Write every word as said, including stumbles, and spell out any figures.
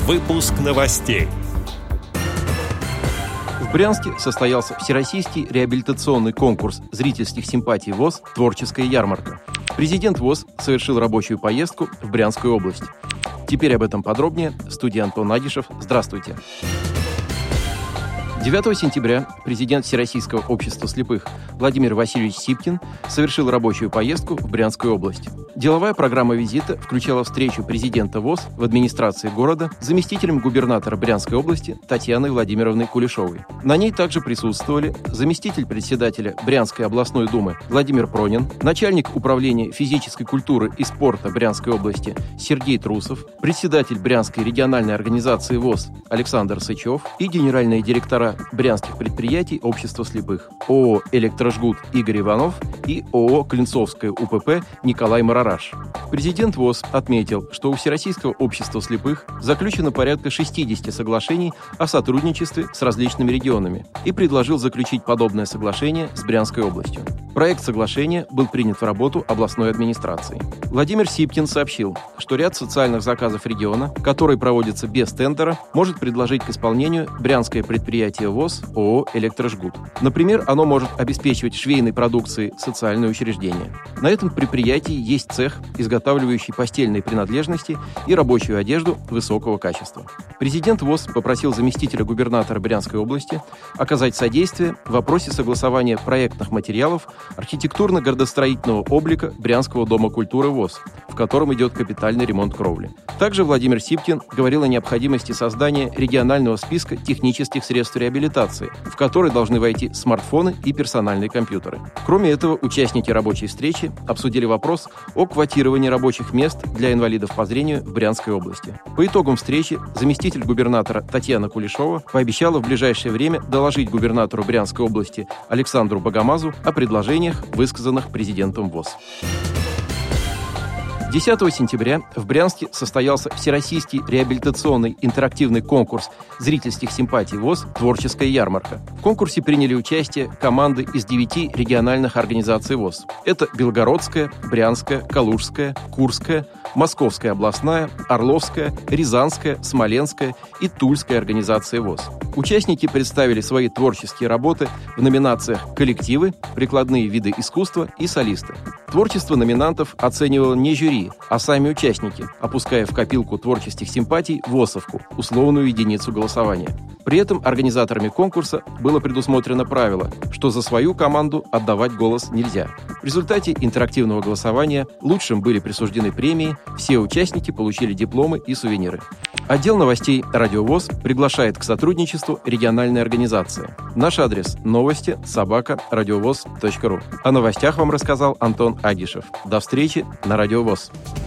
Выпуск новостей. В Брянске состоялся всероссийский реабилитационный конкурс зрительских симпатий ВОС «Творческая ярмарка». Президент ВОС совершил рабочую поездку в Брянскую область. Теперь об этом подробнее. Студия Антон Агишев. Здравствуйте. девятого сентября президент Всероссийского общества слепых Владимир Васильевич Сипкин совершил рабочую поездку в Брянскую область. Деловая программа визита включала встречу президента ВОС в администрации города с заместителем губернатора Брянской области Татьяной Владимировной Кулешовой. На ней также присутствовали заместитель председателя Брянской областной думы Владимир Пронин, начальник управления физической культуры и спорта Брянской области Сергей Трусов, председатель Брянской региональной организации ВОС Александр Сычев и генеральные директора брянских предприятий общества слепых ООО «Электрожгут» Игорь Иванов и ООО «Клинцовская УПП» Николай Марараш. Президент ВОС отметил, что у Всероссийского общества слепых заключено порядка шестидесяти соглашений о сотрудничестве с различными регионами и предложил заключить подобное соглашение с Брянской областью. Проект соглашения был принят в работу областной администрации. Владимир Сипкин сообщил, что ряд социальных заказов региона, которые проводятся без тендера, может предложить к исполнению брянское предприятие ВОС ООО «Электрожгут». Например, оно может обеспечивать швейной продукцией социальные учреждения. На этом предприятии есть цех, изготавливающий постельные принадлежности и рабочую одежду высокого качества. Президент ВОС попросил заместителя губернатора Брянской области оказать содействие в вопросе согласования проектных материалов архитектурно-градостроительного облика Брянского дома культуры ВОС, в котором идет капитальный ремонт кровли. Также Владимир Сипкин говорил о необходимости создания регионального списка технических средств реабилитации, в который должны войти смартфоны и персональные компьютеры. Кроме этого, участники рабочей встречи обсудили вопрос о квотировании рабочих мест для инвалидов по зрению в Брянской области. По итогам встречи заместитель губернатора Татьяна Кулешова пообещала в ближайшее время доложить губернатору Брянской области Александру Богомазу о предложениях, высказанных президентом ВОС. десятого сентября в Брянске состоялся Всероссийский реабилитационный интерактивный конкурс зрительских симпатий ВОС «Творческая ярмарка». В конкурсе приняли участие команды из девяти региональных организаций ВОС. Это Белгородская, Брянская, Калужская, Курская, Московская областная, Орловская, Рязанская, Смоленская и Тульская организации ВОС. Участники представили свои творческие работы в номинациях «Коллективы», «Прикладные виды искусства» и «Солисты». Творчество номинантов оценивало не жюри, а сами участники, опуская в копилку творческих симпатий ВОСовку, условную единицу голосования. При этом организаторами конкурса было предусмотрено правило, что за свою команду отдавать голос нельзя. В результате интерактивного голосования лучшим были присуждены премии, все участники получили дипломы и сувениры. Отдел новостей «Радио ВОС» приглашает к сотрудничеству региональной организации. Наш адрес – новости собака радиовоз точка ру. О новостях вам рассказал Антон Агишев. До встречи на Радио ВОС.